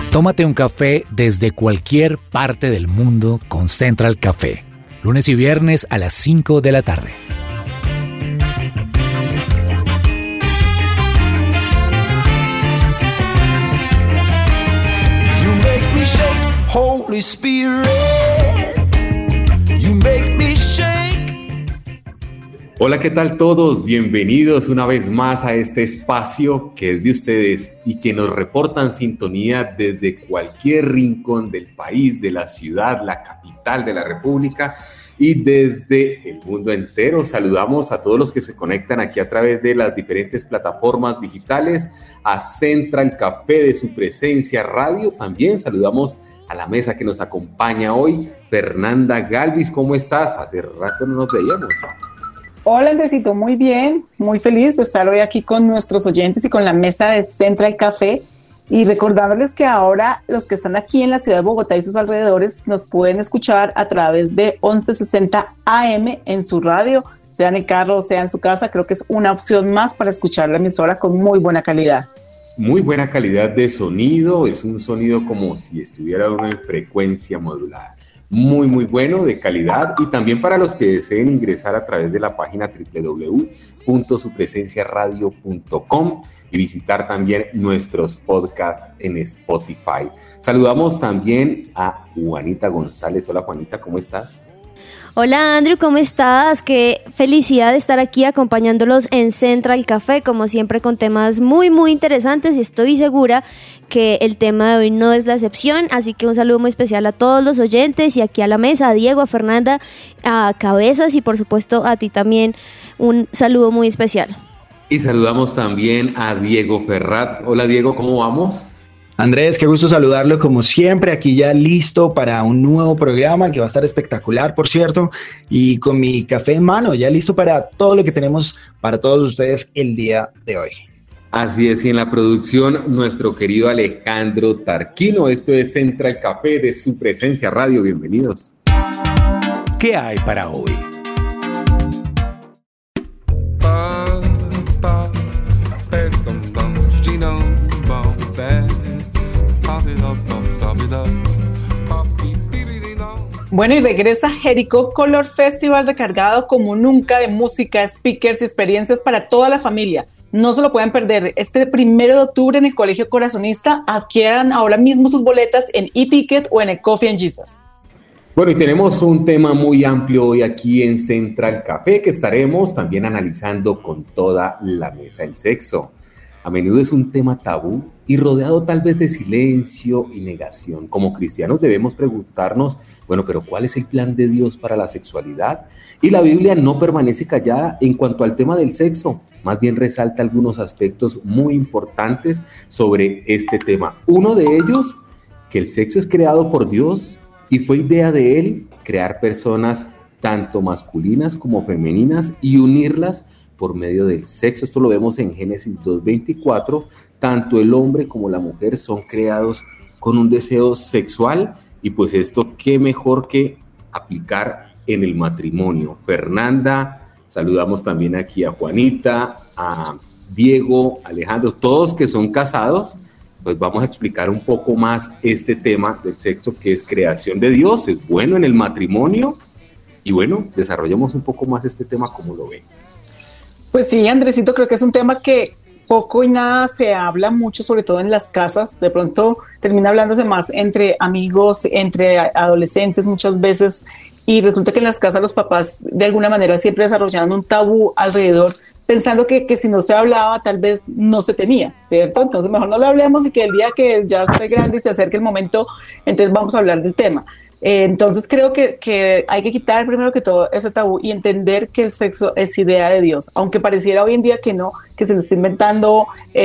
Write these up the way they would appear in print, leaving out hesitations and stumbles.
Tómate un café desde cualquier parte del mundo con Central Café. Lunes y viernes a las 5 de la tarde. You make me shake, Holy Spirit. You make me shake. Hola, ¿qué tal todos? Bienvenidos una vez más a este espacio que es de ustedes y que nos reportan sintonía desde cualquier rincón del país, de la ciudad, la capital de la República y desde el mundo entero. Saludamos a todos los que se conectan aquí a través de las diferentes plataformas digitales, a Central Café de su presencia radio. También saludamos a la mesa que nos acompaña hoy, Fernanda Galvis. ¿Cómo estás? Hace rato no nos veíamos. Hola Andresito, muy bien, muy feliz de estar hoy aquí con nuestros oyentes y con la mesa de Central Café, y recordándoles que ahora los que están aquí en la ciudad de Bogotá y sus alrededores nos pueden escuchar a través de 1160 AM en su radio, sea en el carro, sea en su casa. Creo que es una opción más para escuchar la emisora con muy buena calidad. Muy buena calidad de sonido, es un sonido como si estuviera uno en frecuencia modulada. Muy bueno, de calidad, y también para los que deseen ingresar a través de la página www.supresenciaradio.com y visitar también nuestros podcasts en Spotify. Saludamos también a Juanita González. Hola Juanita, ¿cómo estás? Hola Andrew, ¿cómo estás? Qué felicidad de estar aquí acompañándolos en Central Café, como siempre con temas muy interesantes, y estoy segura que el tema de hoy no es la excepción, así que un saludo muy especial a todos los oyentes y aquí a la mesa, a Diego, a Fernanda, a Cabezas y por supuesto a ti también un saludo muy especial. Y saludamos también a Diego Ferrat. Hola Diego, ¿cómo vamos? Andrés, qué gusto saludarlo como siempre, aquí ya listo para un nuevo programa que va a estar espectacular, por cierto, y con mi café en mano, ya listo para todo lo que tenemos para todos ustedes el día de hoy. Así es, y en la producción nuestro querido Alejandro Tarquino. Esto es Central Café de su presencia radio, bienvenidos. ¿Qué hay para hoy? Bueno, y regresa Jericó Color Festival recargado como nunca de música, speakers y experiencias para toda la familia. No se lo pueden perder. Este 1 de octubre en el Colegio Corazonista. Adquieran ahora mismo sus boletas en eTicket o en el Coffee and Jesus. Bueno, y tenemos un tema muy amplio hoy aquí en Central Café que estaremos también analizando con toda la mesa. El sexo a menudo es un tema tabú y rodeado tal vez de silencio y negación. Como cristianos debemos preguntarnos, bueno, pero ¿cuál es el plan de Dios para la sexualidad? Y la Biblia no permanece callada en cuanto al tema del sexo, más bien resalta algunos aspectos muy importantes sobre este tema. Uno de ellos, que el sexo es creado por Dios y fue idea de Él crear personas tanto masculinas como femeninas y unirlas por medio del sexo. Esto lo vemos en Génesis 2:24. Tanto el hombre como la mujer son creados con un deseo sexual, y pues esto qué mejor que aplicar en el matrimonio. Fernanda, saludamos también aquí a Juanita, a Diego, Alejandro, todos que son casados. Pues vamos a explicar un poco más este tema del sexo, que es creación de Dios, es bueno en el matrimonio, y bueno, desarrollemos un poco más este tema, ¿cómo lo ven? Pues sí, Andresito, creo que es un tema que poco y nada se habla mucho, sobre todo en las casas. De pronto termina hablándose más entre amigos, entre adolescentes muchas veces, y resulta que en las casas los papás de alguna manera siempre desarrollaban un tabú alrededor, pensando que si no se hablaba tal vez no se tenía, ¿cierto? Entonces mejor no lo hablemos, y que el día que ya esté grande y se acerque el momento, entonces vamos a hablar del tema. Entonces creo que hay que quitar primero que todo ese tabú y entender que el sexo es idea de Dios, aunque pareciera hoy en día que no, que se lo está inventando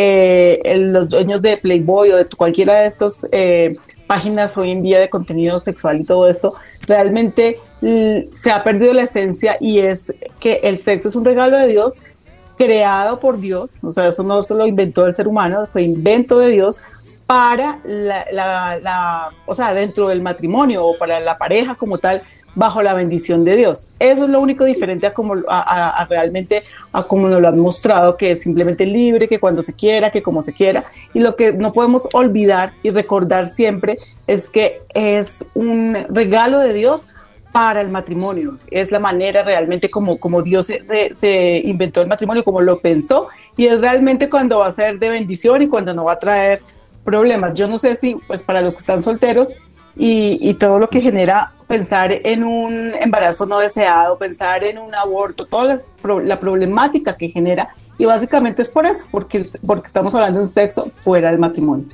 los dueños de Playboy o de cualquiera de estas páginas hoy en día de contenido sexual y todo esto. Realmente se ha perdido la esencia, y es que el sexo es un regalo de Dios, creado por Dios. O sea, eso no se lo inventó el ser humano, fue invento de Dios para o sea, dentro del matrimonio o para la pareja como tal. bajo la bendición de Dios. Eso es lo único diferente a realmente a como nos lo han mostrado, que es simplemente libre, que cuando se quiera, que como se quiera. Y lo que no podemos olvidar y recordar siempre es que es un regalo de Dios para el matrimonio. Es la manera realmente como Dios se inventó el matrimonio, como lo pensó, y es realmente cuando va a ser de bendición y cuando no va a traer problemas. Yo no sé si, pues para los que están solteros, y todo lo que genera pensar en un embarazo no deseado, pensar en un aborto, toda la problemática que genera, y básicamente es por eso, porque estamos hablando de un sexo fuera del matrimonio.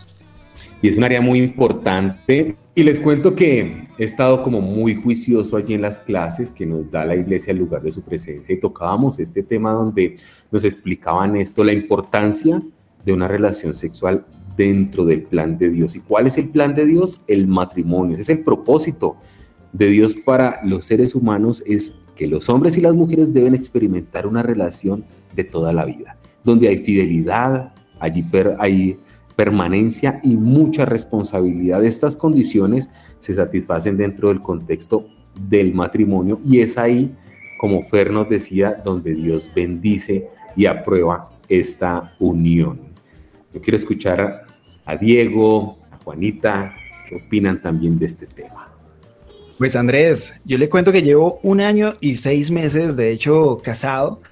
Y es un área muy importante, y les cuento que he estado como muy juicioso allí en las clases que nos da la iglesia en lugar de su presencia, y tocábamos este tema donde nos explicaban esto, la importancia de una relación sexual dentro del plan de Dios. ¿Y cuál es el plan de Dios? El matrimonio. Ese es el propósito de Dios para los seres humanos, es que los hombres y las mujeres deben experimentar una relación de toda la vida, donde hay fidelidad, allí hay permanencia y mucha responsabilidad. Estas condiciones se satisfacen dentro del contexto del matrimonio, y es ahí, como Fer nos decía, donde Dios bendice y aprueba esta unión. Yo quiero escuchar a Diego, a Juanita, ¿qué opinan también de este tema? Pues Andrés, yo le cuento que llevo 1 año y 6 meses, de hecho, casado,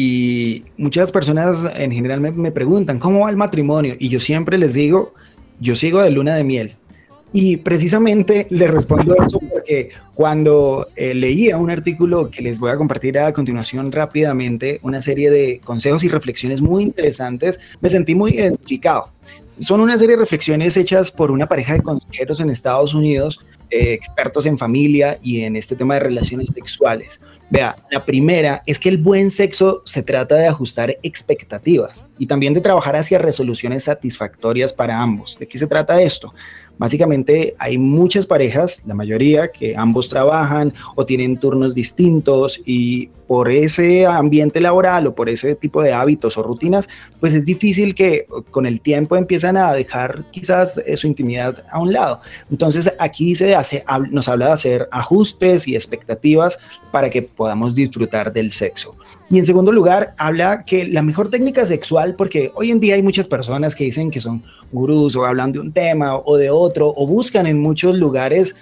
y muchas personas en general me preguntan, ¿cómo va el matrimonio? Y yo siempre les digo, yo sigo de luna de miel. Y precisamente les respondo eso porque cuando leía un artículo que les voy a compartir a continuación rápidamente, una serie de consejos y reflexiones muy interesantes, me sentí muy identificado. Son una serie de reflexiones hechas por una pareja de consejeros en Estados Unidos, expertos en familia y en este tema de relaciones sexuales. Vea, la primera es que el buen sexo se trata de ajustar expectativas y también de trabajar hacia resoluciones satisfactorias para ambos. ¿De qué se trata esto? Básicamente hay muchas parejas, la mayoría, que ambos trabajan o tienen turnos distintos, y por ese ambiente laboral o por ese tipo de hábitos o rutinas, pues es difícil que con el tiempo empiezan a dejar quizás su intimidad a un lado. Entonces aquí nos habla de hacer ajustes y expectativas para que podamos disfrutar del sexo. Y en segundo lugar, habla que la mejor técnica sexual, porque hoy en día hay muchas personas que dicen que son gurús o hablan de un tema o de otro, o buscan en muchos lugares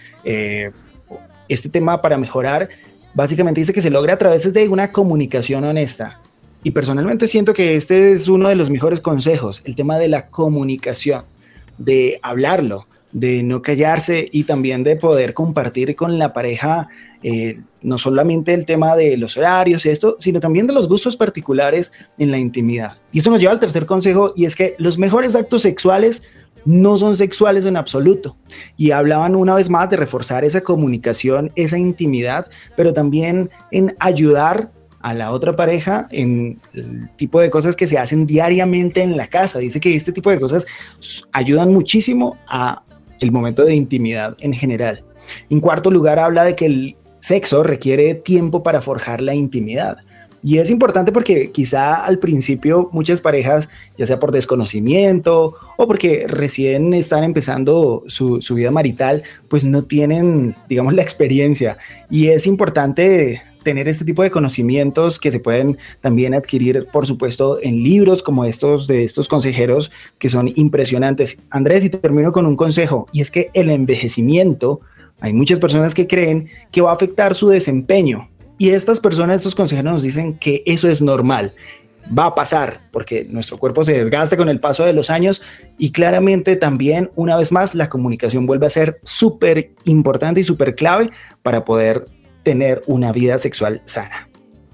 este tema para mejorar. Básicamente dice que se logra a través de una comunicación honesta. Y personalmente siento que este es uno de los mejores consejos, el tema de la comunicación, de hablarlo, de no callarse y también de poder compartir con la pareja no solamente el tema de los horarios y esto, sino también de los gustos particulares en la intimidad. Y esto nos lleva al tercer consejo, y es que los mejores actos sexuales no son sexuales en absoluto. Y hablaban una vez más de reforzar esa comunicación, esa intimidad, pero también en ayudar a la otra pareja en el tipo de cosas que se hacen diariamente en la casa. Dice que este tipo de cosas ayudan muchísimo a el momento de intimidad en general. En cuarto lugar, habla de que el sexo requiere tiempo para forjar la intimidad. Y es importante porque quizá al principio muchas parejas, ya sea por desconocimiento o porque recién están empezando su vida marital, pues no tienen, digamos, la experiencia. Y es importante tener este tipo de conocimientos que se pueden también adquirir, por supuesto, en libros como estos de estos consejeros que son impresionantes. Andrés, y termino con un consejo, y es que el envejecimiento, hay muchas personas que creen que va a afectar su desempeño. Y estas personas, estos consejeros nos dicen que eso es normal, va a pasar porque nuestro cuerpo se desgasta con el paso de los años, y claramente también, una vez más, la comunicación vuelve a ser súper importante y súper clave para poder tener una vida sexual sana.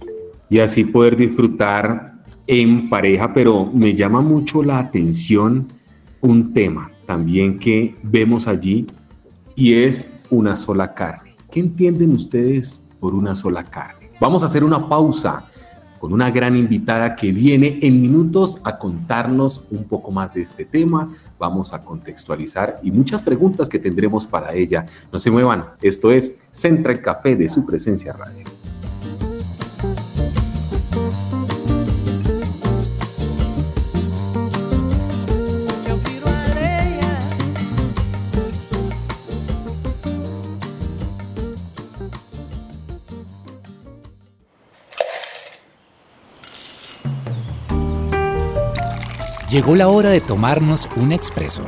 Y así poder disfrutar en pareja, pero me llama mucho la atención un tema también que vemos allí, y es una sola carne. ¿Qué entienden ustedes por una sola carne? Vamos a hacer una pausa con una gran invitada que viene en minutos a contarnos un poco más de este tema. Vamos a contextualizar y muchas preguntas que tendremos para ella. No se muevan, esto es Central Café de Su Presencia Radio. llegó la hora de tomarnos un expreso.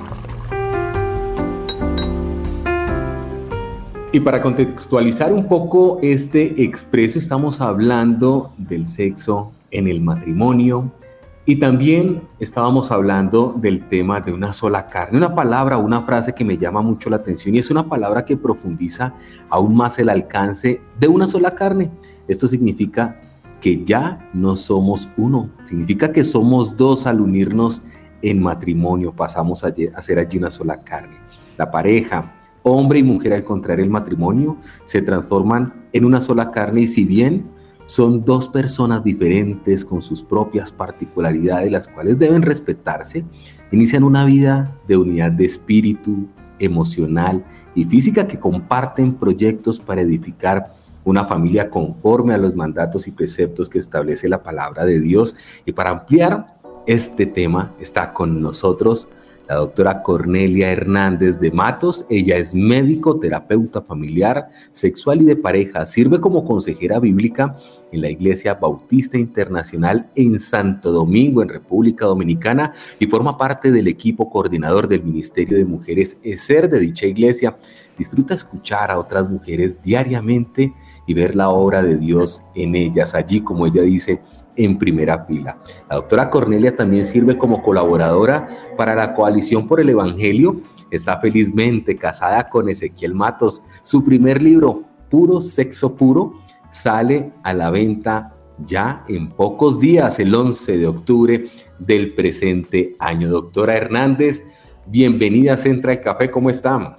Y para contextualizar un poco este expreso, estamos hablando del sexo en el matrimonio y también estábamos hablando del tema de una sola carne. Una palabra, una frase que me llama mucho la atención y es una palabra que profundiza aún más el alcance de una sola carne. Esto significa que ya no somos uno, significa que somos dos al unirnos en matrimonio, pasamos a ser allí una sola carne. La pareja, hombre y mujer, al contraer el matrimonio, se transforman en una sola carne y si bien son dos personas diferentes con sus propias particularidades, las cuales deben respetarse, inician una vida de unidad de espíritu, emocional y física que comparten proyectos para edificar una familia conforme a los mandatos y preceptos que establece la palabra de Dios. Y para ampliar este tema está con nosotros la doctora Cornelia Hernández de Matos. Ella es médico, terapeuta familiar, sexual y de pareja. Sirve como consejera bíblica en la Iglesia Bautista Internacional en Santo Domingo, en República Dominicana, y forma parte del equipo coordinador del Ministerio de Mujeres ESER de dicha iglesia. Disfruta escuchar a otras mujeres diariamente y ver la obra de Dios en ellas, allí, como ella dice, en primera fila. La doctora Cornelia también sirve como colaboradora para la Coalición por el Evangelio. Está felizmente casada con Ezequiel Matos. Su primer libro, Puro Sexo Puro, sale a la venta ya en pocos días, el 11 de octubre del presente año. Doctora Hernández, bienvenida a Centra el Café, ¿cómo están?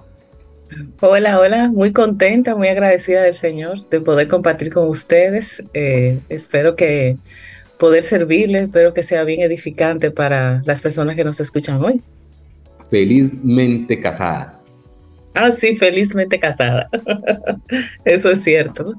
Hola, muy contenta, muy agradecida del Señor de poder compartir con ustedes. Espero que poder servirles, espero que sea bien edificante para las personas que nos escuchan hoy. Felizmente casada. Ah, sí, felizmente casada. Eso es cierto.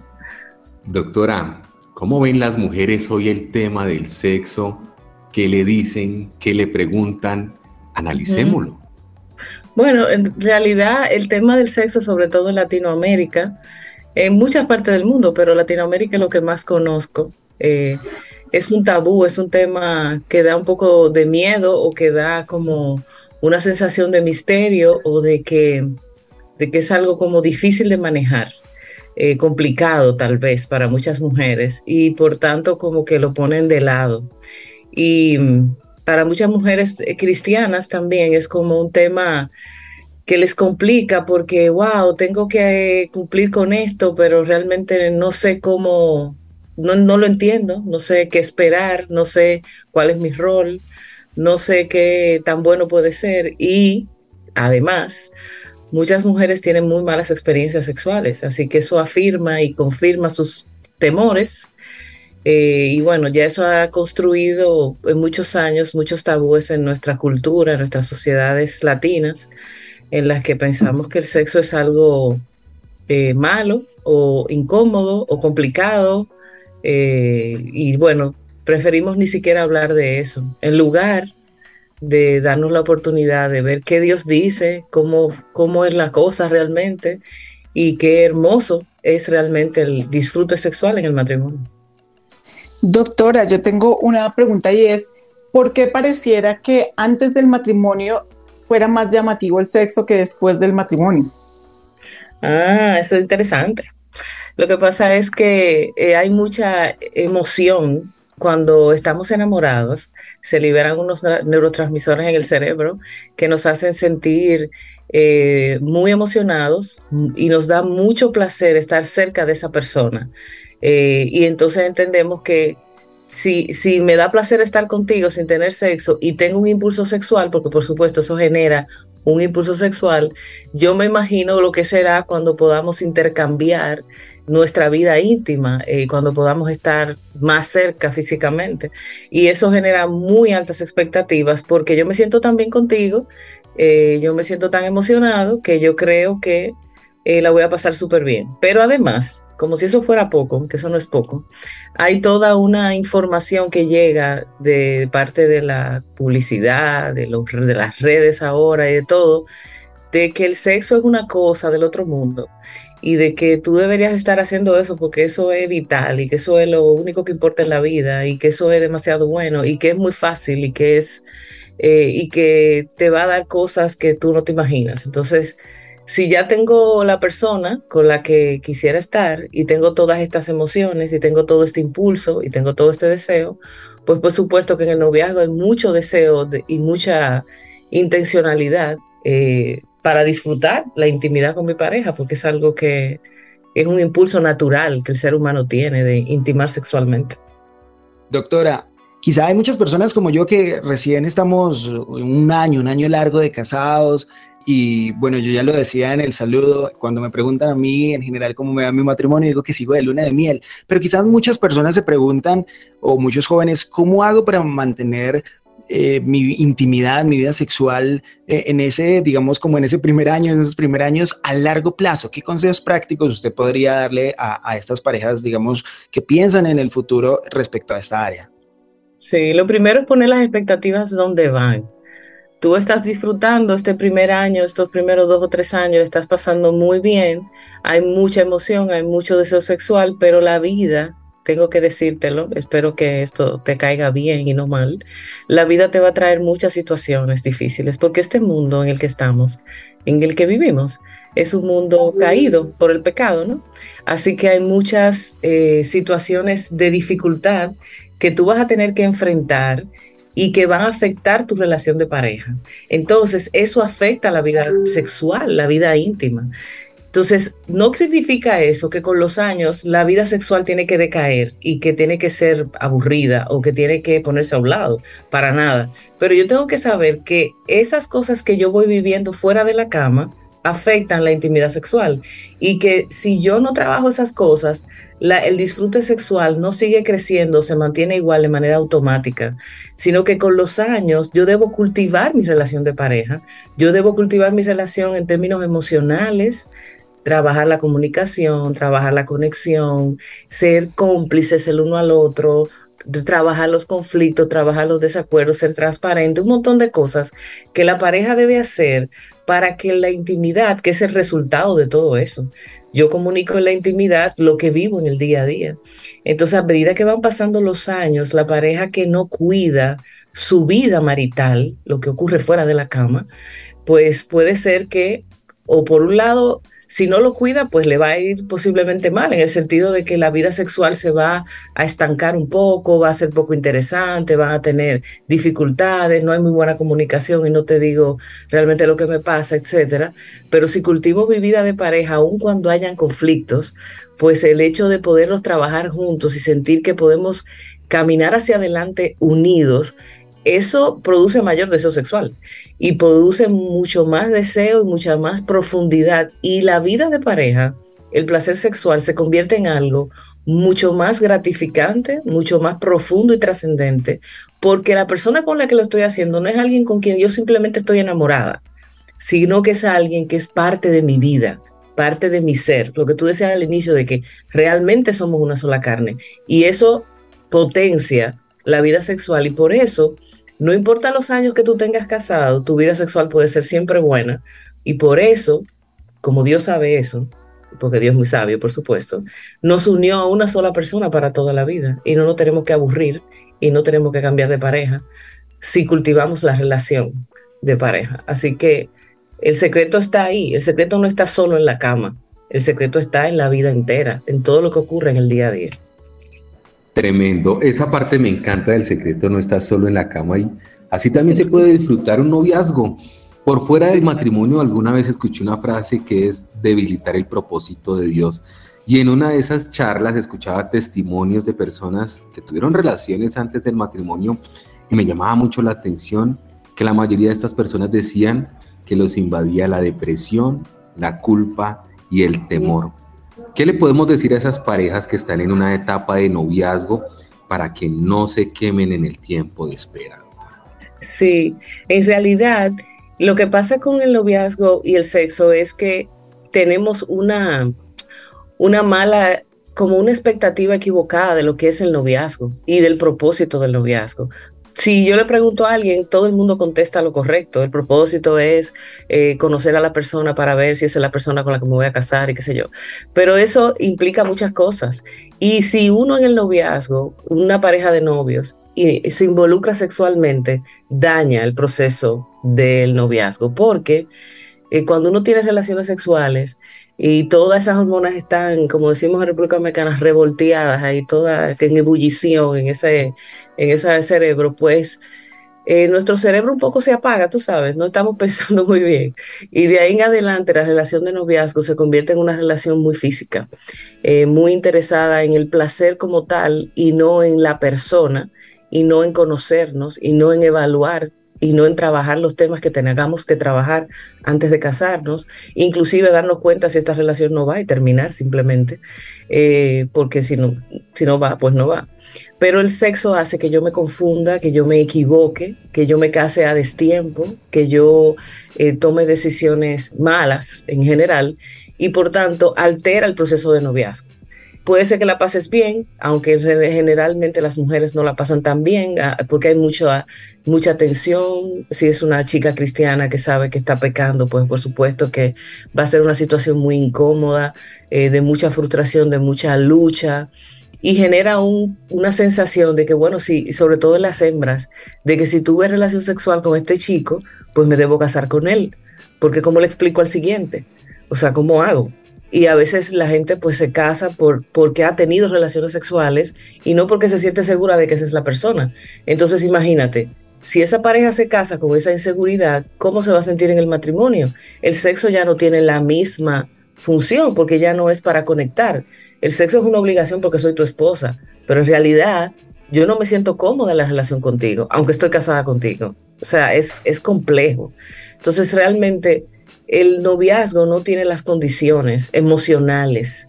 Doctora, ¿cómo ven las mujeres hoy el tema del sexo? ¿Qué le dicen? ¿Qué le preguntan? Analicémoslo. Bueno, en realidad el tema del sexo, sobre todo en Latinoamérica, en muchas partes del mundo, pero Latinoamérica es lo que más conozco. Es un tabú, es un tema que da un poco de miedo o que da como una sensación de misterio o de que es algo como difícil de manejar, complicado tal vez para muchas mujeres y por tanto como que lo ponen de lado. Y para muchas mujeres cristianas también es como un tema que les complica porque, wow, tengo que cumplir con esto, pero realmente no sé cómo, no lo entiendo, no sé qué esperar, no sé cuál es mi rol, no sé qué tan bueno puede ser. Y además, muchas mujeres tienen muy malas experiencias sexuales, así que eso afirma y confirma sus temores. Y bueno, ya eso ha construido en muchos años muchos tabúes en nuestra cultura, en nuestras sociedades latinas, en las que pensamos que el sexo es algo malo o incómodo o complicado. Y bueno, preferimos ni siquiera hablar de eso, en lugar de darnos la oportunidad de ver qué Dios dice, cómo es la cosa realmente y qué hermoso es realmente el disfrute sexual en el matrimonio. Doctora, yo tengo una pregunta y es, ¿por qué pareciera que antes del matrimonio fuera más llamativo el sexo que después del matrimonio? Ah, eso es interesante. Lo que pasa es que hay mucha emoción cuando estamos enamorados, se liberan unos neurotransmisores en el cerebro que nos hacen sentir muy emocionados y nos da mucho placer estar cerca de esa persona. Y entonces entendemos que si me da placer estar contigo sin tener sexo y tengo un impulso sexual, porque por supuesto eso genera un impulso sexual, yo me imagino lo que será cuando podamos intercambiar nuestra vida íntima, cuando podamos estar más cerca físicamente. Y eso genera muy altas expectativas porque yo me siento tan bien contigo, yo me siento tan emocionado que yo creo que la voy a pasar súper bien. Pero además, como si eso fuera poco, que eso no es poco, hay toda una información que llega de parte de la publicidad, de las redes ahora y de todo, de que el sexo es una cosa del otro mundo y de que tú deberías estar haciendo eso porque eso es vital y que eso es lo único que importa en la vida y que eso es demasiado bueno y que es muy fácil y que te va a dar cosas que tú no te imaginas. Entonces, si ya tengo la persona con la que quisiera estar y tengo todas estas emociones y tengo todo este impulso y tengo todo este deseo, pues por supuesto que en el noviazgo hay mucho deseo y mucha intencionalidad para disfrutar la intimidad con mi pareja, porque es algo que es un impulso natural que el ser humano tiene de intimar sexualmente. Doctora, quizá hay muchas personas como yo que recién estamos un año largo de casados y bueno, yo ya lo decía en el saludo, cuando me preguntan a mí en general cómo me va mi matrimonio, digo que sigo de luna de miel, pero quizás muchas personas se preguntan, o muchos jóvenes, ¿cómo hago para mantener mi intimidad, mi vida sexual en ese, digamos, como en ese primer año, en esos primeros años a largo plazo? ¿Qué consejos prácticos usted podría darle a estas parejas, digamos, que piensan en el futuro respecto a esta área? Sí, lo primero es poner las expectativas donde van. Tú estás disfrutando este primer año, estos primeros 2 o 3 años, estás pasando muy bien, hay mucha emoción, hay mucho deseo sexual, pero la vida, tengo que decírtelo, espero que esto te caiga bien y no mal, la vida te va a traer muchas situaciones difíciles, porque este mundo en el que estamos, en el que vivimos, es un mundo caído por el pecado, ¿no? Así que hay muchas situaciones de dificultad que tú vas a tener que enfrentar y que van a afectar tu relación de pareja. Entonces, eso afecta la vida sexual, la vida íntima. Entonces, no significa eso que con los años la vida sexual tiene que decaer y que tiene que ser aburrida o que tiene que ponerse a un lado, para nada. Pero yo tengo que saber que esas cosas que yo voy viviendo fuera de la cama afectan la intimidad sexual y que si yo no trabajo esas cosas, el disfrute sexual no sigue creciendo, se mantiene igual de manera automática, sino que con los años yo debo cultivar mi relación de pareja, yo debo cultivar mi relación en términos emocionales, trabajar la comunicación, trabajar la conexión, ser cómplices el uno al otro, trabajar los conflictos, trabajar los desacuerdos, ser transparente, un montón de cosas que la pareja debe hacer para que la intimidad, que es el resultado de todo eso, yo comunico en la intimidad lo que vivo en el día a día. Entonces, a medida que van pasando los años, la pareja que no cuida su vida marital, lo que ocurre fuera de la cama, pues puede ser que, o por un lado, si no lo cuida, pues le va a ir posiblemente mal, en el sentido de que la vida sexual se va a estancar un poco, va a ser poco interesante, van a tener dificultades, no hay muy buena comunicación y no te digo realmente lo que me pasa, etcétera. Pero si cultivo mi vida de pareja, aun cuando hayan conflictos, pues el hecho de poderlos trabajar juntos y sentir que podemos caminar hacia adelante unidos, eso produce mayor deseo sexual y produce mucho más deseo y mucha más profundidad. Y la vida de pareja, el placer sexual se convierte en algo mucho más gratificante, mucho más profundo y trascendente, porque la persona con la que lo estoy haciendo no es alguien con quien yo simplemente estoy enamorada, sino que es alguien que es parte de mi vida, parte de mi ser. Lo que tú decías al inicio de que realmente somos una sola carne y eso potencia la vida sexual y por eso no importa los años que tú tengas casado, tu vida sexual puede ser siempre buena y por eso, como Dios sabe eso, porque Dios es muy sabio, por supuesto, nos unió a una sola persona para toda la vida y no nos tenemos que aburrir y no tenemos que cambiar de pareja si cultivamos la relación de pareja. Así que el secreto está ahí, el secreto no está solo en la cama, el secreto está en la vida entera, en todo lo que ocurre en el día a día. Tremendo. Esa parte me encanta del secreto, no está solo en la cama y así también se puede disfrutar un noviazgo. Por fuera del matrimonio, alguna vez escuché una frase que es debilitar el propósito de Dios. Y en una de esas charlas escuchaba testimonios de personas que tuvieron relaciones antes del matrimonio y me llamaba mucho la atención que la mayoría de estas personas decían que los invadía la depresión, la culpa y el temor. ¿Qué le podemos decir a esas parejas que están en una etapa de noviazgo para que no se quemen en el tiempo de espera? Sí, en realidad lo que pasa con el noviazgo y el sexo es que tenemos una mala, como una expectativa equivocada de lo que es el noviazgo y del propósito del noviazgo. Si yo le pregunto a alguien, todo el mundo contesta lo correcto. El propósito es conocer a la persona para ver si esa es la persona con la que me voy a casar y qué sé yo. Pero eso implica muchas cosas. Y si uno en el noviazgo, una pareja de novios, y se involucra sexualmente, daña el proceso del noviazgo. Porque cuando uno tiene relaciones sexuales y todas esas hormonas están, como decimos en República Dominicana, revolteadas ahí, todas en ebullición en ese cerebro, pues nuestro cerebro un poco se apaga, tú sabes, no estamos pensando muy bien. Y de ahí en adelante la relación de noviazgo se convierte en una relación muy física, muy interesada en el placer como tal y no en la persona, y no en conocernos, y no en evaluar, y no en trabajar los temas que tengamos que trabajar antes de casarnos, inclusive darnos cuenta si esta relación no va y terminar simplemente, porque si no va, pues no va. Pero el sexo hace que yo me confunda, que yo me equivoque, que yo me case a destiempo, que yo tome decisiones malas en general, y por tanto altera el proceso de noviazgo. Puede ser que la pases bien, aunque generalmente las mujeres no la pasan tan bien, porque hay mucha tensión. Si es una chica cristiana que sabe que está pecando, pues por supuesto que va a ser una situación muy incómoda, de mucha frustración, de mucha lucha, y genera una sensación de que, bueno, sí, sobre todo en las hembras, de que si tuve relación sexual con este chico, pues me debo casar con él, porque ¿cómo le explico al siguiente? O sea, ¿cómo hago? Y a veces la gente pues se casa porque ha tenido relaciones sexuales y no porque se siente segura de que esa es la persona. Entonces imagínate, si esa pareja se casa con esa inseguridad, ¿cómo se va a sentir en el matrimonio? El sexo ya no tiene la misma función porque ya no es para conectar. El sexo es una obligación porque soy tu esposa, pero en realidad yo no me siento cómoda en la relación contigo, aunque estoy casada contigo. O sea, es complejo. Entonces realmente el noviazgo no tiene las condiciones emocionales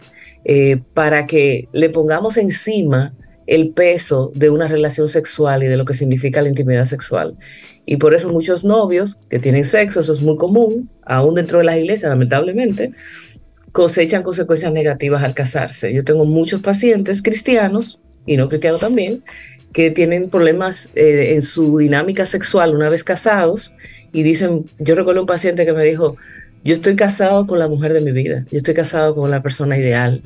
para que le pongamos encima el peso de una relación sexual y de lo que significa la intimidad sexual. Y por eso muchos novios que tienen sexo, eso es muy común, aún dentro de las iglesias, lamentablemente, cosechan consecuencias negativas al casarse. Yo tengo muchos pacientes cristianos, y no cristianos también, que tienen problemas en su dinámica sexual una vez casados, y dicen, yo recuerdo un paciente que me dijo, yo estoy casado con la mujer de mi vida, yo estoy casado con la persona ideal,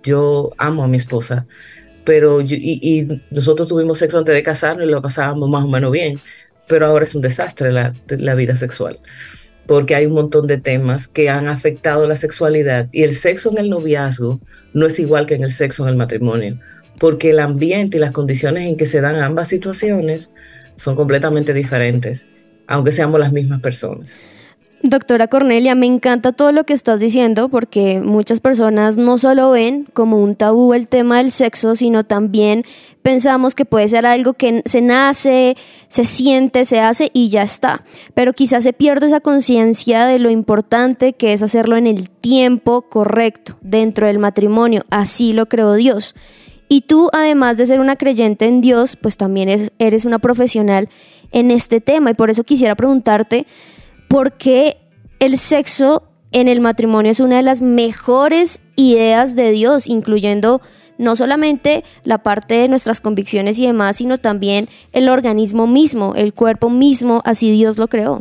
yo amo a mi esposa, pero y nosotros tuvimos sexo antes de casarnos y lo pasábamos más o menos bien, pero ahora es un desastre la vida sexual, porque hay un montón de temas que han afectado la sexualidad, y el sexo en el noviazgo no es igual que en el sexo en el matrimonio, porque el ambiente y las condiciones en que se dan ambas situaciones son completamente diferentes, aunque seamos las mismas personas. Doctora Cornelia, me encanta todo lo que estás diciendo porque muchas personas no solo ven como un tabú el tema del sexo, sino también pensamos que puede ser algo que se nace, se siente, se hace y ya está. Pero quizás se pierde esa conciencia de lo importante que es hacerlo en el tiempo correcto, dentro del matrimonio. Así lo creó Dios. Y tú, además de ser una creyente en Dios, pues también eres una profesional en este tema. Y por eso quisiera preguntarte, ¿por qué el sexo en el matrimonio es una de las mejores ideas de Dios, incluyendo no solamente la parte de nuestras convicciones y demás, sino también el organismo mismo, el cuerpo mismo, así Dios lo creó?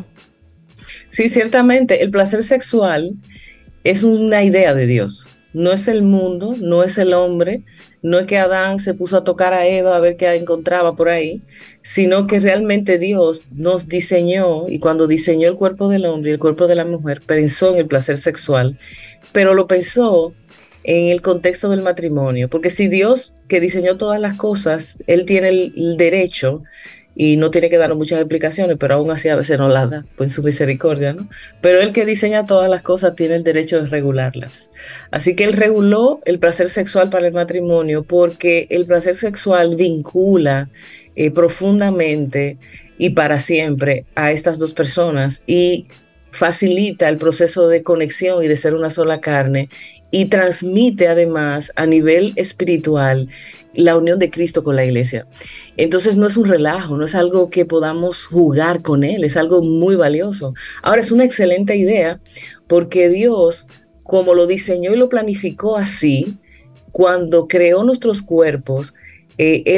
Sí, ciertamente, el placer sexual es una idea de Dios. No es el mundo, no es el hombre, no es que Adán se puso a tocar a Eva a ver qué encontraba por ahí, sino que realmente Dios nos diseñó, y cuando diseñó el cuerpo del hombre y el cuerpo de la mujer, pensó en el placer sexual, pero lo pensó en el contexto del matrimonio, porque si Dios, que diseñó todas las cosas, Él tiene el derecho, y no tiene que darnos muchas explicaciones, pero aún así a veces no las da, pues en su misericordia, ¿no? Pero Él que diseña todas las cosas tiene el derecho de regularlas. Así que Él reguló el placer sexual para el matrimonio porque el placer sexual vincula profundamente y para siempre a estas dos personas y facilita el proceso de conexión y de ser una sola carne, y transmite además a nivel espiritual la unión de Cristo con la iglesia. Entonces no es un relajo, no es algo que podamos jugar con él, es algo muy valioso. Ahora, es una excelente idea porque Dios, como lo diseñó y lo planificó así, cuando creó nuestros cuerpos, Él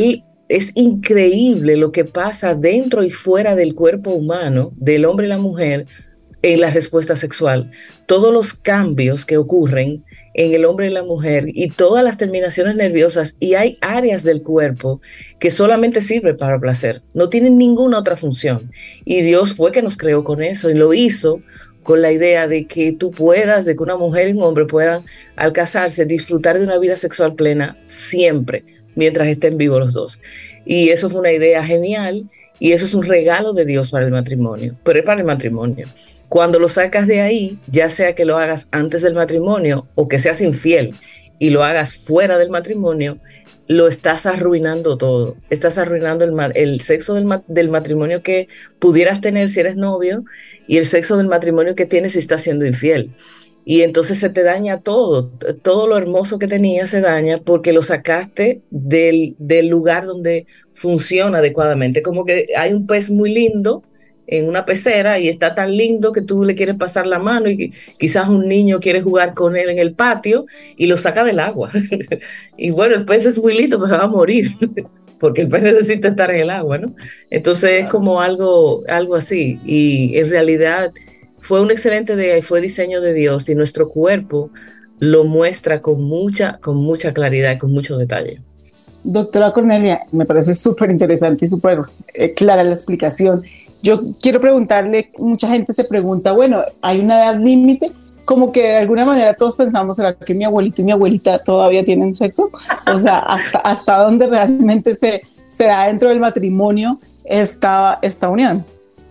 es increíble lo que pasa dentro y fuera del cuerpo humano, del hombre y la mujer, en la respuesta sexual. Todos los cambios que ocurren en el hombre y la mujer y todas las terminaciones nerviosas, y hay áreas del cuerpo que solamente sirven para placer, no tienen ninguna otra función. Y Dios fue que nos creó con eso y lo hizo con la idea de que tú puedas, de que una mujer y un hombre puedan al casarse disfrutar de una vida sexual plena siempre, mientras estén vivos los dos. Y eso fue una idea genial y eso es un regalo de Dios para el matrimonio, pero es para el matrimonio. Cuando lo sacas de ahí, ya sea que lo hagas antes del matrimonio o que seas infiel y lo hagas fuera del matrimonio, lo estás arruinando todo. Estás arruinando el sexo del matrimonio que pudieras tener si eres novio y el sexo del matrimonio que tienes si estás siendo infiel. Y entonces se te daña todo lo hermoso que tenías se daña porque lo sacaste del lugar donde funciona adecuadamente. Como que hay un pez muy lindo en una pecera y está tan lindo que tú le quieres pasar la mano y quizás un niño quiere jugar con él en el patio y lo saca del agua. Y bueno, el pez es muy lindo, pero va a morir porque el pez necesita estar en el agua, ¿no? Entonces es como algo así y en realidad fue una excelente idea y fue diseño de Dios y nuestro cuerpo lo muestra con mucha claridad, con mucho detalle. Doctora Cornelia, me parece súper interesante y súper clara la explicación. Yo quiero preguntarle, mucha gente se pregunta, bueno, ¿hay una edad límite? Como que de alguna manera todos pensamos, ¿será que mi abuelito y mi abuelita todavía tienen sexo? O sea, ¿hasta dónde realmente se da dentro del matrimonio esta unión?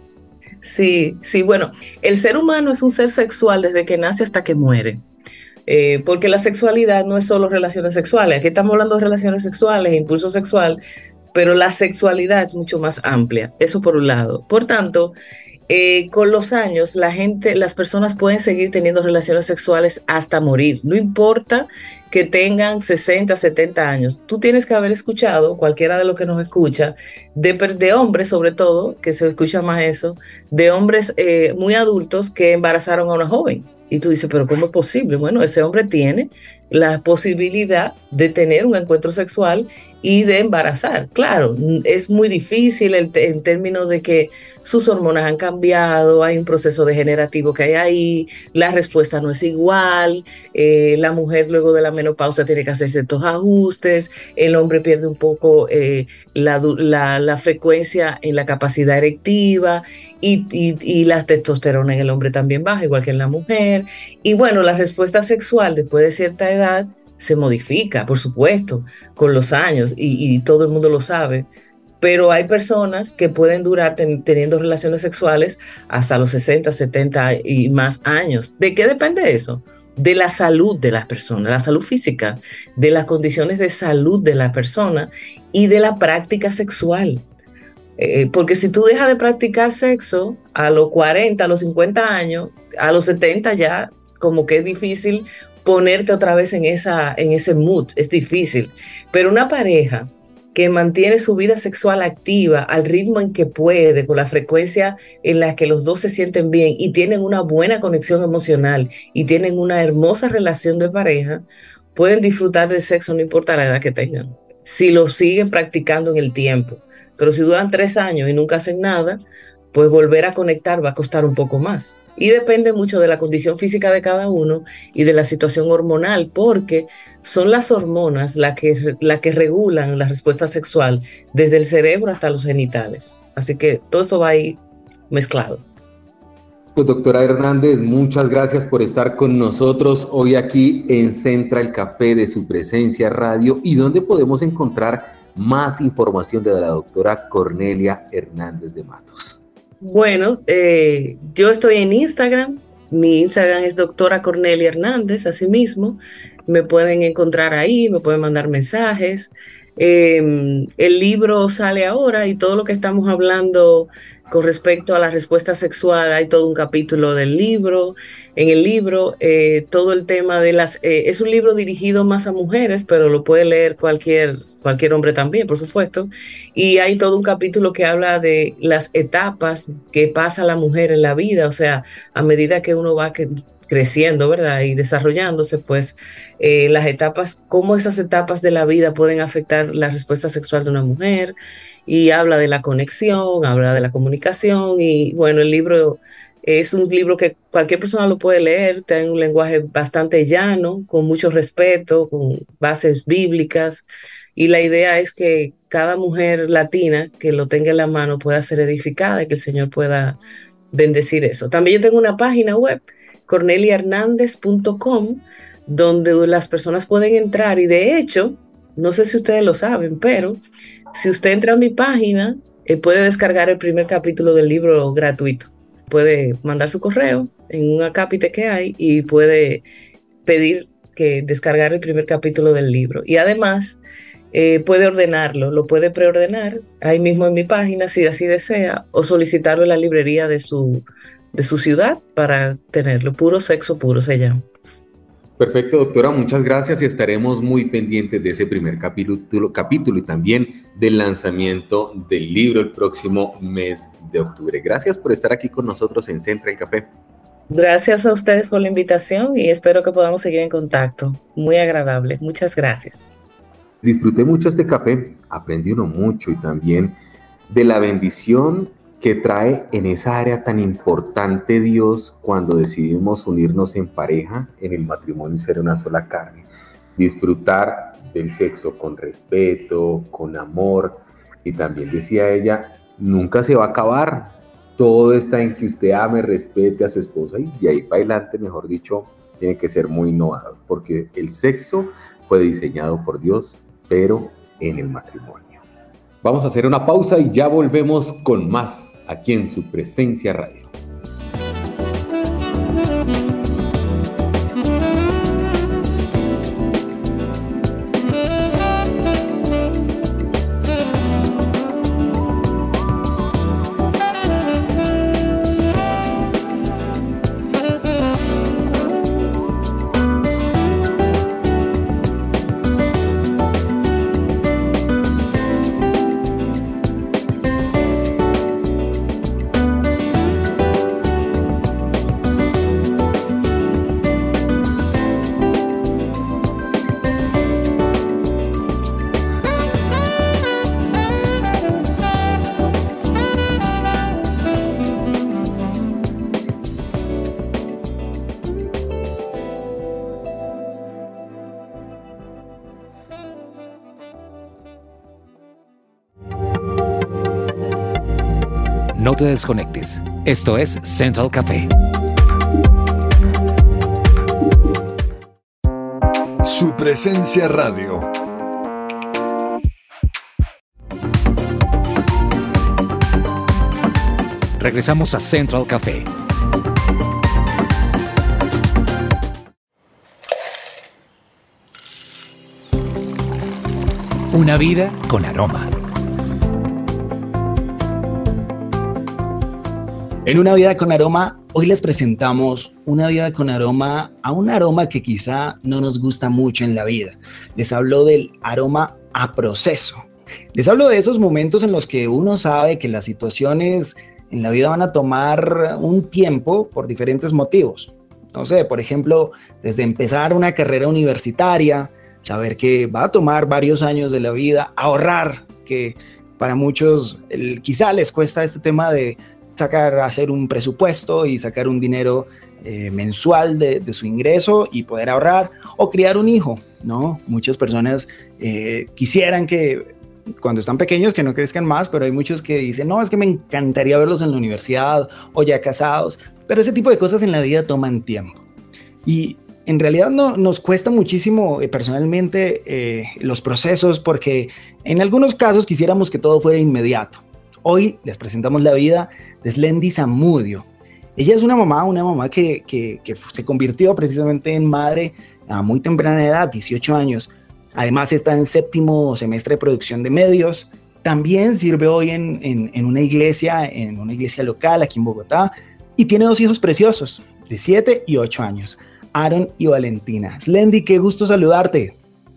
Sí, bueno, el ser humano es un ser sexual desde que nace hasta que muere. Porque la sexualidad no es solo relaciones sexuales. Aquí estamos hablando de relaciones sexuales, impulso sexual, pero la sexualidad es mucho más amplia. Eso por un lado. Por tanto, con los años, las personas pueden seguir teniendo relaciones sexuales hasta morir. No importa que tengan 60, 70 años. Tú tienes que haber escuchado, cualquiera de los que nos escucha, de hombres sobre todo, que se escucha más eso, de hombres muy adultos que embarazaron a una joven. Y tú dices, pero ¿cómo es posible? Bueno, ese hombre tiene la posibilidad de tener un encuentro sexual y de embarazar. Claro, es muy difícil en términos de que sus hormonas han cambiado, hay un proceso degenerativo que hay ahí, la respuesta no es igual, la mujer luego de la menopausia tiene que hacer ciertos ajustes, el hombre pierde un poco la frecuencia en la capacidad erectiva y la testosterona en el hombre también baja, igual que en la mujer. Y bueno, la respuesta sexual después de cierta edad se modifica, por supuesto, con los años y todo el mundo lo sabe, pero hay personas que pueden durar teniendo relaciones sexuales hasta los 60, 70 y más años. ¿De qué depende eso? De la salud de las personas, la salud física, de las condiciones de salud de la persona y de la práctica sexual. Porque si tú dejas de practicar sexo a los 40, a los 50 años, a los 70 ya como que es difícil ponerte otra vez en ese mood, es difícil. Pero una pareja que mantiene su vida sexual activa al ritmo en que puede, con la frecuencia en la que los dos se sienten bien y tienen una buena conexión emocional y tienen una hermosa relación de pareja, pueden disfrutar del sexo no importa la edad que tengan, si lo siguen practicando en el tiempo. Pero si duran 3 años y nunca hacen nada, pues volver a conectar va a costar un poco más. Y depende mucho de la condición física de cada uno y de la situación hormonal, porque son las hormonas las que regulan la respuesta sexual desde el cerebro hasta los genitales. Así que todo eso va ahí mezclado. Pues doctora Hernández, muchas gracias por estar con nosotros hoy aquí en Central Café de Su Presencia Radio. ¿Y dónde podemos encontrar más información de la doctora Cornelia Hernández de Matos? Bueno, yo estoy en Instagram, mi Instagram es doctora Cornelia Hernández, así mismo, me pueden encontrar ahí, me pueden mandar mensajes, el libro sale ahora y todo lo que estamos hablando con respecto a la respuesta sexual, hay todo un capítulo del libro. En el libro, todo el tema de es un libro dirigido más a mujeres, pero lo puede leer cualquier hombre también, por supuesto. Y hay todo un capítulo que habla de las etapas que pasa la mujer en la vida, o sea, a medida que uno va creciendo, ¿verdad? Y desarrollándose, pues las etapas, cómo esas etapas de la vida pueden afectar la respuesta sexual de una mujer, y habla de la conexión, habla de la comunicación, y bueno, el libro es un libro que cualquier persona lo puede leer, tiene un lenguaje bastante llano, con mucho respeto, con bases bíblicas, y la idea es que cada mujer latina que lo tenga en la mano pueda ser edificada y que el Señor pueda bendecir eso. También yo tengo una página web, corneliahernandez.com, donde las personas pueden entrar, y de hecho, no sé si ustedes lo saben, pero si usted entra a mi página, puede descargar el primer capítulo del libro gratuito. Puede mandar su correo en un acápite que hay y puede pedir que descargar el primer capítulo del libro. Y además puede ordenarlo, lo puede preordenar ahí mismo en mi página si así desea, o solicitarlo en la librería de su ciudad para tenerlo. Puro Sexo Puro se llama. Perfecto, doctora, muchas gracias, y estaremos muy pendientes de ese primer capítulo y también del lanzamiento del libro el próximo mes de octubre. Gracias por estar aquí con nosotros en Central Café. Gracias a ustedes por la invitación y espero que podamos seguir en contacto. Muy agradable. Muchas gracias. Disfruté mucho este café, aprendí uno mucho, y también de la bendición que trae en esa área tan importante Dios cuando decidimos unirnos en pareja, en el matrimonio, y ser una sola carne. Disfrutar del sexo con respeto, con amor, y también decía ella, nunca se va a acabar. Todo está en que usted ame, respete a su esposa, y de ahí para adelante, mejor dicho, tiene que ser muy innovador, porque el sexo fue diseñado por Dios, pero en el matrimonio. Vamos a hacer una pausa y ya volvemos con más aquí en Su Presencia Radio. No te desconectes. Esto es Central Café. Su Presencia Radio. Regresamos a Central Café. Una vida con aroma. En Una Vida con Aroma, hoy les presentamos una vida con aroma a un aroma que quizá no nos gusta mucho en la vida. Les hablo del aroma a proceso. Les hablo de esos momentos en los que uno sabe que las situaciones en la vida van a tomar un tiempo por diferentes motivos. No sé, por ejemplo, desde empezar una carrera universitaria, saber que va a tomar varios años de la vida, ahorrar, que para muchos quizá les cuesta este tema de hacer un presupuesto y sacar un dinero mensual de su ingreso y poder ahorrar, o criar un hijo, ¿no? Muchas personas quisieran que cuando están pequeños que no crezcan más, pero hay muchos que dicen, no, es que me encantaría verlos en la universidad o ya casados, pero ese tipo de cosas en la vida toman tiempo. Y en realidad nos cuesta muchísimo personalmente los procesos, porque en algunos casos quisiéramos que todo fuera inmediato. Hoy les presentamos la vida de Slendy Zamudio. Ella es una mamá que se convirtió precisamente en madre a muy temprana edad, 18 años. Además está en 7º semestre de producción de medios también sirve hoy en una iglesia local aquí en Bogotá, y tiene 2 hijos preciosos, de 7 y 8 años, Aaron y Valentina. Slendy, qué gusto saludarte.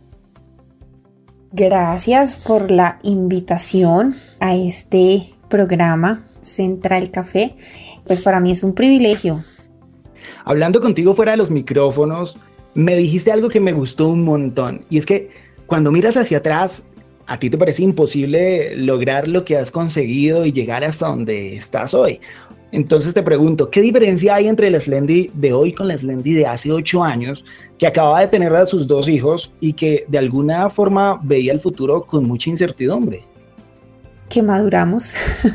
Gracias por la invitación a este programa Central Café. Pues para mí es un privilegio. Hablando contigo fuera de los micrófonos, me dijiste algo que me gustó un montón, y es que cuando miras hacia atrás, a ti te parece imposible lograr lo que has conseguido y llegar hasta donde estás hoy. Entonces te pregunto, ¿qué diferencia hay entre la Slendy de hoy con la Slendy de hace 8 años, que acababa de tener a sus 2 hijos y que de alguna forma veía el futuro con mucha incertidumbre? Que maduramos.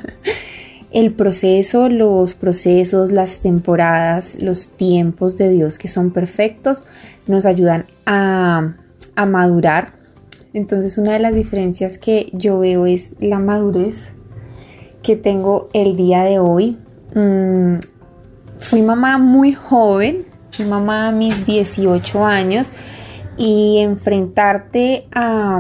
El proceso, los procesos, las temporadas, los tiempos de Dios que son perfectos nos ayudan a madurar. Entonces una de las diferencias que yo veo es la madurez que tengo el día de hoy. Fui mamá muy joven, fui mamá a mis 18 años, y enfrentarte a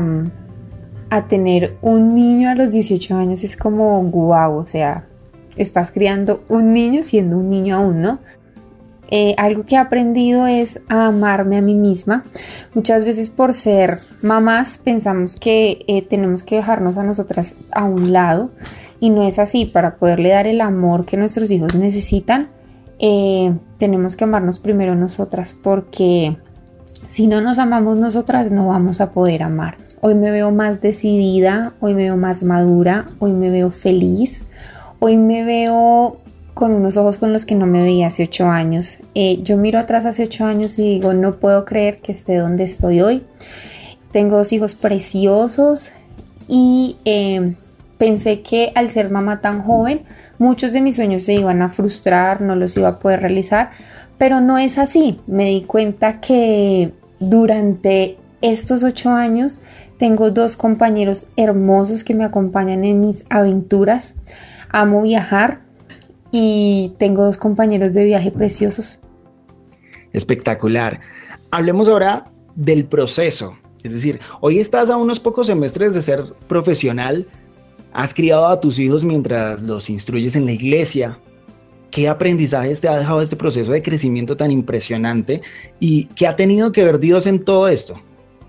tener un niño a los 18 años es como guau, o sea, estás criando un niño siendo un niño aún, ¿no? Algo que he aprendido es a amarme a mí misma. Muchas veces por ser mamás pensamos que tenemos que dejarnos a nosotras a un lado, y no es así. Para poderle dar el amor que nuestros hijos necesitan, tenemos que amarnos primero nosotras, porque si no nos amamos nosotras no vamos a poder amar. Hoy me veo más decidida, hoy me veo más madura, hoy me veo feliz, hoy me veo con unos ojos con los que no me veía hace 8 años. Yo miro atrás hace 8 años y digo, no puedo creer que esté donde estoy hoy. Tengo 2 hijos preciosos y pensé que al ser mamá tan joven, muchos de mis sueños se iban a frustrar, no los iba a poder realizar, pero no es así. Me di cuenta que durante estos 8 años tengo 2 compañeros hermosos que me acompañan en mis aventuras. Amo viajar y tengo 2 compañeros de viaje preciosos. Espectacular. Hablemos ahora del proceso. Es decir, hoy estás a unos pocos semestres de ser profesional. Has criado a tus hijos mientras los instruyes en la iglesia. ¿Qué aprendizajes te ha dejado este proceso de crecimiento tan impresionante? ¿Y qué ha tenido que ver Dios en todo esto?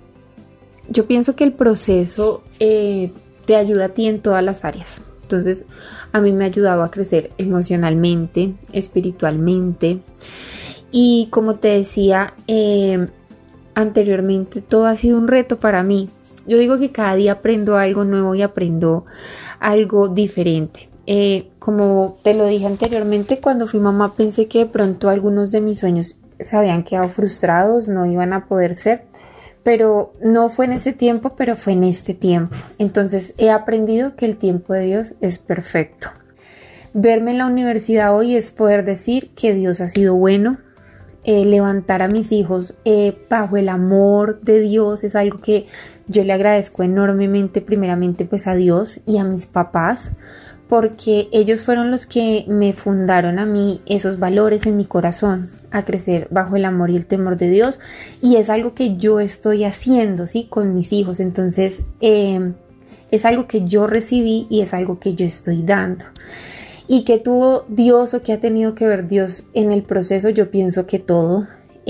Yo pienso que el proceso te ayuda a ti en todas las áreas. Entonces, a mí me ha ayudado a crecer emocionalmente, espiritualmente. Y como te decía anteriormente, todo ha sido un reto para mí. Yo digo que cada día aprendo algo nuevo y aprendo algo diferente. Como te lo dije anteriormente, cuando fui mamá pensé que de pronto algunos de mis sueños se habían quedado frustrados, no iban a poder ser. Pero no fue en ese tiempo, pero fue en este tiempo. Entonces he aprendido que el tiempo de Dios es perfecto. Verme en la universidad hoy es poder decir que Dios ha sido bueno. Levantar a mis hijos bajo el amor de Dios es algo que yo le agradezco enormemente, primeramente pues a Dios y a mis papás, porque ellos fueron los que me fundaron a mí esos valores en mi corazón, a crecer bajo el amor y el temor de Dios, y es algo que yo estoy haciendo, ¿sí? Con mis hijos. Entonces es algo que yo recibí y es algo que yo estoy dando. ¿Y qué tuvo Dios o qué ha tenido que ver Dios en el proceso? Yo pienso que todo.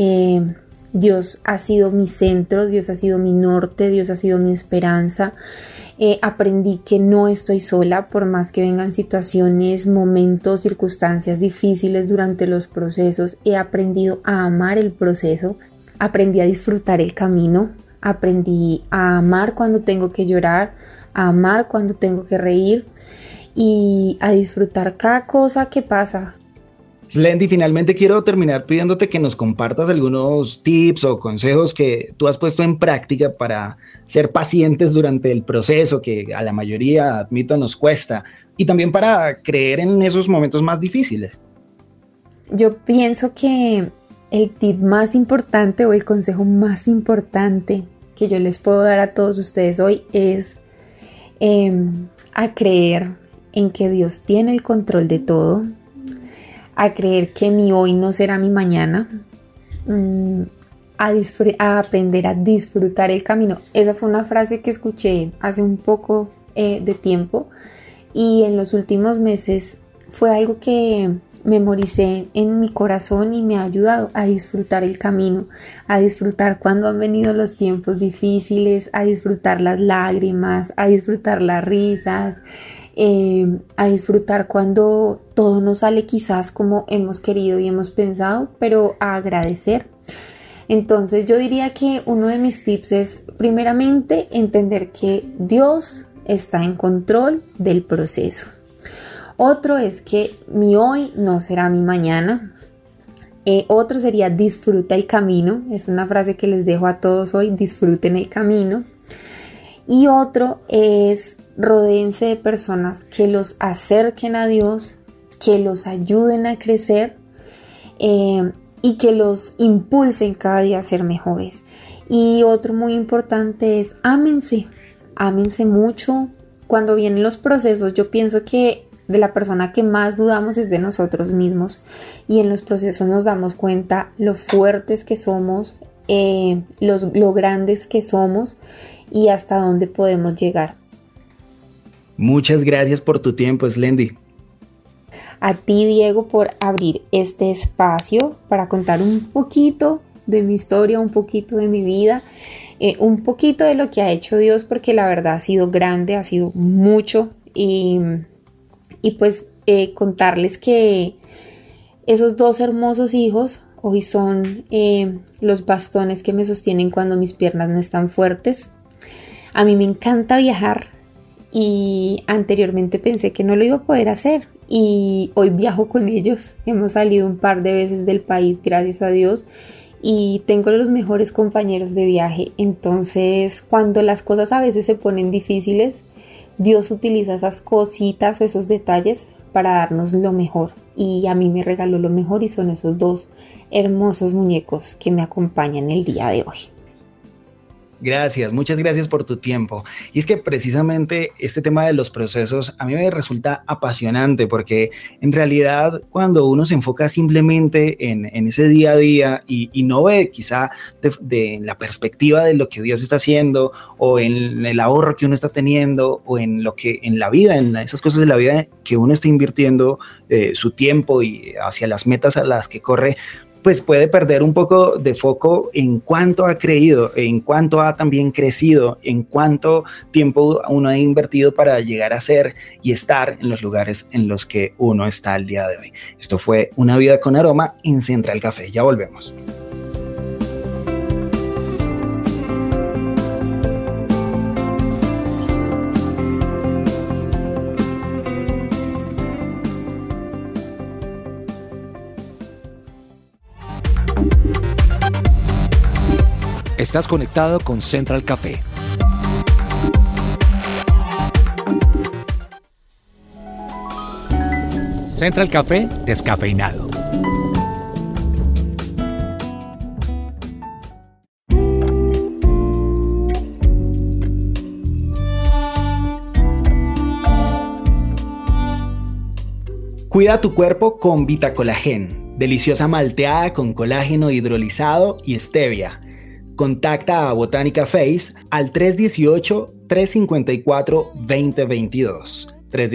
Dios ha sido mi centro, Dios ha sido mi norte, Dios ha sido mi esperanza. Aprendí que no estoy sola, por más que vengan situaciones, momentos, circunstancias difíciles durante los procesos. He aprendido a amar el proceso, aprendí a disfrutar el camino, aprendí a amar cuando tengo que llorar, a amar cuando tengo que reír y a disfrutar cada cosa que pasa. Slendy, finalmente quiero terminar pidiéndote que nos compartas algunos tips o consejos que tú has puesto en práctica para ser pacientes durante el proceso, que a la mayoría, admito, nos cuesta, y también para creer en esos momentos más difíciles. Yo pienso que el tip más importante o el consejo más importante que yo les puedo dar a todos ustedes hoy es a creer en que Dios tiene el control de todo, a creer que mi hoy no será mi mañana, a aprender a disfrutar el camino. Esa fue una frase que escuché hace un poco de tiempo, y en los últimos meses fue algo que memoricé en mi corazón y me ha ayudado a disfrutar el camino, a disfrutar cuando han venido los tiempos difíciles, a disfrutar las lágrimas, a disfrutar las risas, a disfrutar cuando todo no sale quizás como hemos querido y hemos pensado, pero a agradecer. Entonces yo diría que uno de mis tips es primeramente entender que Dios está en control del proceso. Otro es que mi hoy no será mi mañana. Otro sería disfruta el camino. Es una frase que les dejo a todos hoy, disfruten el camino. Y otro es rodéense de personas que los acerquen a Dios, que los ayuden a crecer y que los impulsen cada día a ser mejores. Y otro muy importante es ámense mucho. Cuando vienen los procesos, yo pienso que de la persona que más dudamos es de nosotros mismos, y en los procesos nos damos cuenta lo fuertes que somos, lo grandes que somos y hasta dónde podemos llegar. Muchas gracias por tu tiempo, Slendy. A ti, Diego, por abrir este espacio para contar un poquito de mi historia, un poquito de mi vida, un poquito de lo que ha hecho Dios, porque la verdad ha sido grande, ha sido mucho, y pues contarles que esos dos hermosos hijos hoy son los bastones que me sostienen cuando mis piernas no están fuertes. A mí me encanta viajar y anteriormente pensé que no lo iba a poder hacer, y hoy viajo con ellos. Hemos salido un par de veces del país, gracias a Dios, y tengo los mejores compañeros de viaje. Entonces, cuando las cosas a veces se ponen difíciles, Dios utiliza esas cositas o esos detalles para darnos lo mejor, y a mí me regaló lo mejor, y son esos dos hermosos muñecos que me acompañan el día de hoy. Gracias, muchas gracias por tu tiempo. Y es que precisamente este tema de los procesos a mí me resulta apasionante, porque en realidad cuando uno se enfoca simplemente en ese día a día y no ve quizá de la perspectiva de lo que Dios está haciendo, o en el ahorro que uno está teniendo, o en lo que en la vida, en esas cosas de la vida que uno está invirtiendo su tiempo y hacia las metas a las que corre, pues puede perder un poco de foco en cuánto ha creído, en cuánto ha también crecido, en cuánto tiempo uno ha invertido para llegar a ser y estar en los lugares en los que uno está el día de hoy. Esto fue Una Vida con Aroma en Central Café. Ya volvemos. Estás conectado con Central Café. Central Café descafeinado. Cuida tu cuerpo con Vitacolagen, deliciosa malteada con colágeno hidrolizado y stevia. Contacta a Botánica Face al 318-354-2022.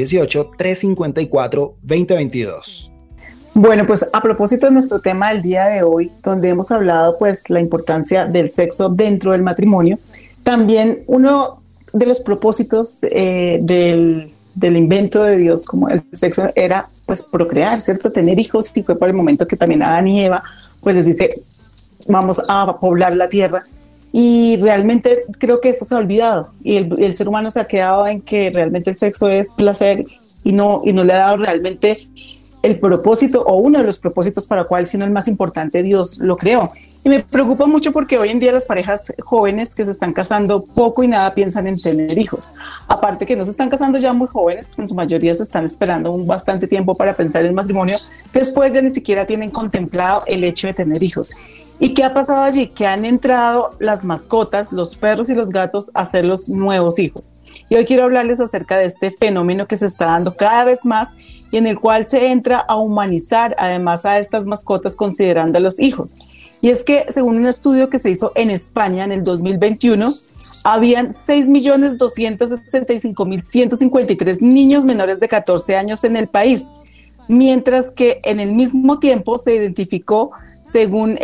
318-354-2022. Bueno, pues a propósito de nuestro tema del día de hoy, donde hemos hablado pues la importancia del sexo dentro del matrimonio, también uno de los propósitos del invento de Dios como el sexo era pues procrear, ¿cierto? Tener hijos, y fue por el momento que también Adán y Eva pues les dice: vamos a poblar la tierra. Y realmente creo que esto se ha olvidado, y el ser humano se ha quedado en que realmente el sexo es placer, y no le ha dado realmente el propósito, o uno de los propósitos para cuál, sino el más importante, Dios lo creó. Y me preocupa mucho porque hoy en día las parejas jóvenes que se están casando poco y nada piensan en tener hijos. Aparte que no se están casando ya muy jóvenes, en su mayoría se están esperando un bastante tiempo para pensar en matrimonio, después ya ni siquiera tienen contemplado el hecho de tener hijos. ¿Y qué ha pasado allí? Que han entrado las mascotas, los perros y los gatos a ser los nuevos hijos. Y hoy quiero hablarles acerca de este fenómeno que se está dando cada vez más y en el cual se entra a humanizar además a estas mascotas considerando a los hijos. Y es que según un estudio que se hizo en España en el 2021, habían 6.265.153 niños menores de 14 años en el país, mientras que en el mismo tiempo se identificó, según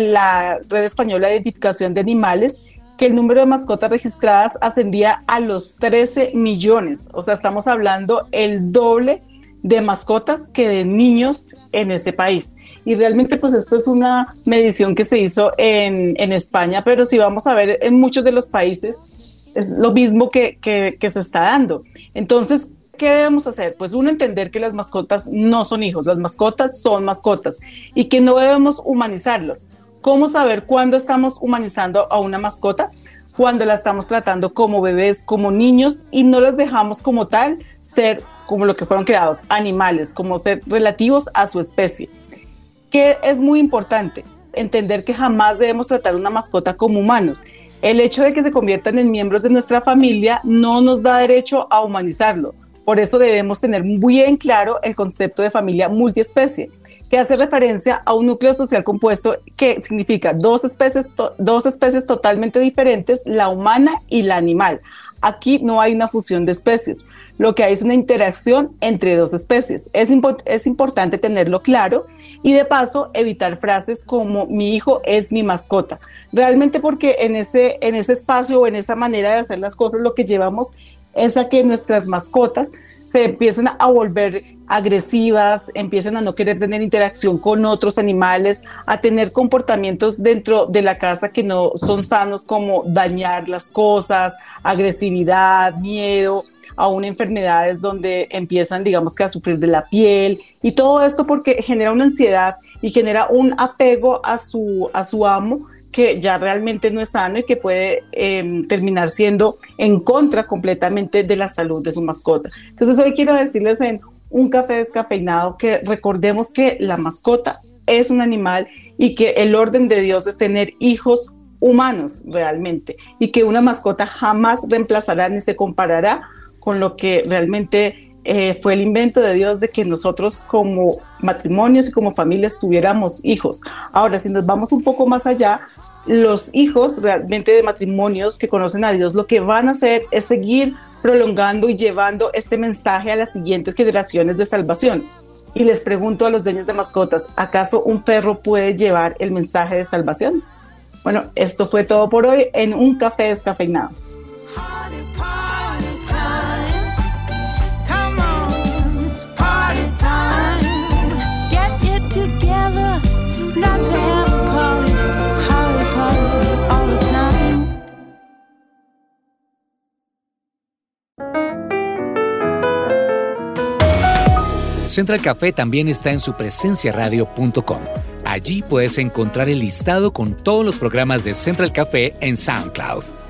la Red Española de Identificación de Animales, que el número de mascotas registradas ascendía a los 13 millones. O sea, estamos hablando el doble de mascotas que de niños en ese país. Y realmente pues esto es una medición que se hizo en España, pero si vamos a ver en muchos de los países es lo mismo que se está dando. Entonces, ¿qué debemos hacer? Pues uno, entender que las mascotas no son hijos, las mascotas son mascotas y que no debemos humanizarlas. ¿Cómo saber cuándo estamos humanizando a una mascota? Cuando la estamos tratando como bebés, como niños y no las dejamos como tal ser como lo que fueron creados, animales, como ser relativos a su especie. Que es muy importante entender que jamás debemos tratar una mascota como humanos. El hecho de que se conviertan en miembros de nuestra familia no nos da derecho a humanizarlo. Por eso debemos tener muy bien claro el concepto de familia multiespecie, que hace referencia a un núcleo social compuesto que significa dos especies totalmente diferentes, la humana y la animal. Aquí no hay una fusión de especies, lo que hay es una interacción entre dos especies. Es importante tenerlo claro y de paso evitar frases como mi hijo es mi mascota. Realmente porque en ese espacio o en esa manera de hacer las cosas lo que llevamos es a que nuestras mascotas se empiezan a volver agresivas, empiezan a no querer tener interacción con otros animales, a tener comportamientos dentro de la casa que no son sanos, como dañar las cosas, agresividad, miedo, aún enfermedades donde empiezan, digamos que a sufrir de la piel, y todo esto porque genera una ansiedad y genera un apego a su amo, que ya realmente no es sano y que puede terminar siendo en contra completamente de la salud de su mascota. Entonces hoy quiero decirles en un café descafeinado que recordemos que la mascota es un animal y que el orden de Dios es tener hijos humanos realmente, y que una mascota jamás reemplazará ni se comparará con lo que realmente fue el invento de Dios, de que nosotros como matrimonios y como familias tuviéramos hijos. Ahora, si nos vamos un poco más allá, los hijos realmente de matrimonios que conocen a Dios lo que van a hacer es seguir prolongando y llevando este mensaje a las siguientes generaciones de salvación. Y les pregunto a los dueños de mascotas, ¿acaso un perro puede llevar el mensaje de salvación? Bueno, esto fue todo por hoy en un café descafeinado. Central Café también está en supresenciaradio.com. Allí puedes encontrar el listado con todos los programas de Central Café en SoundCloud.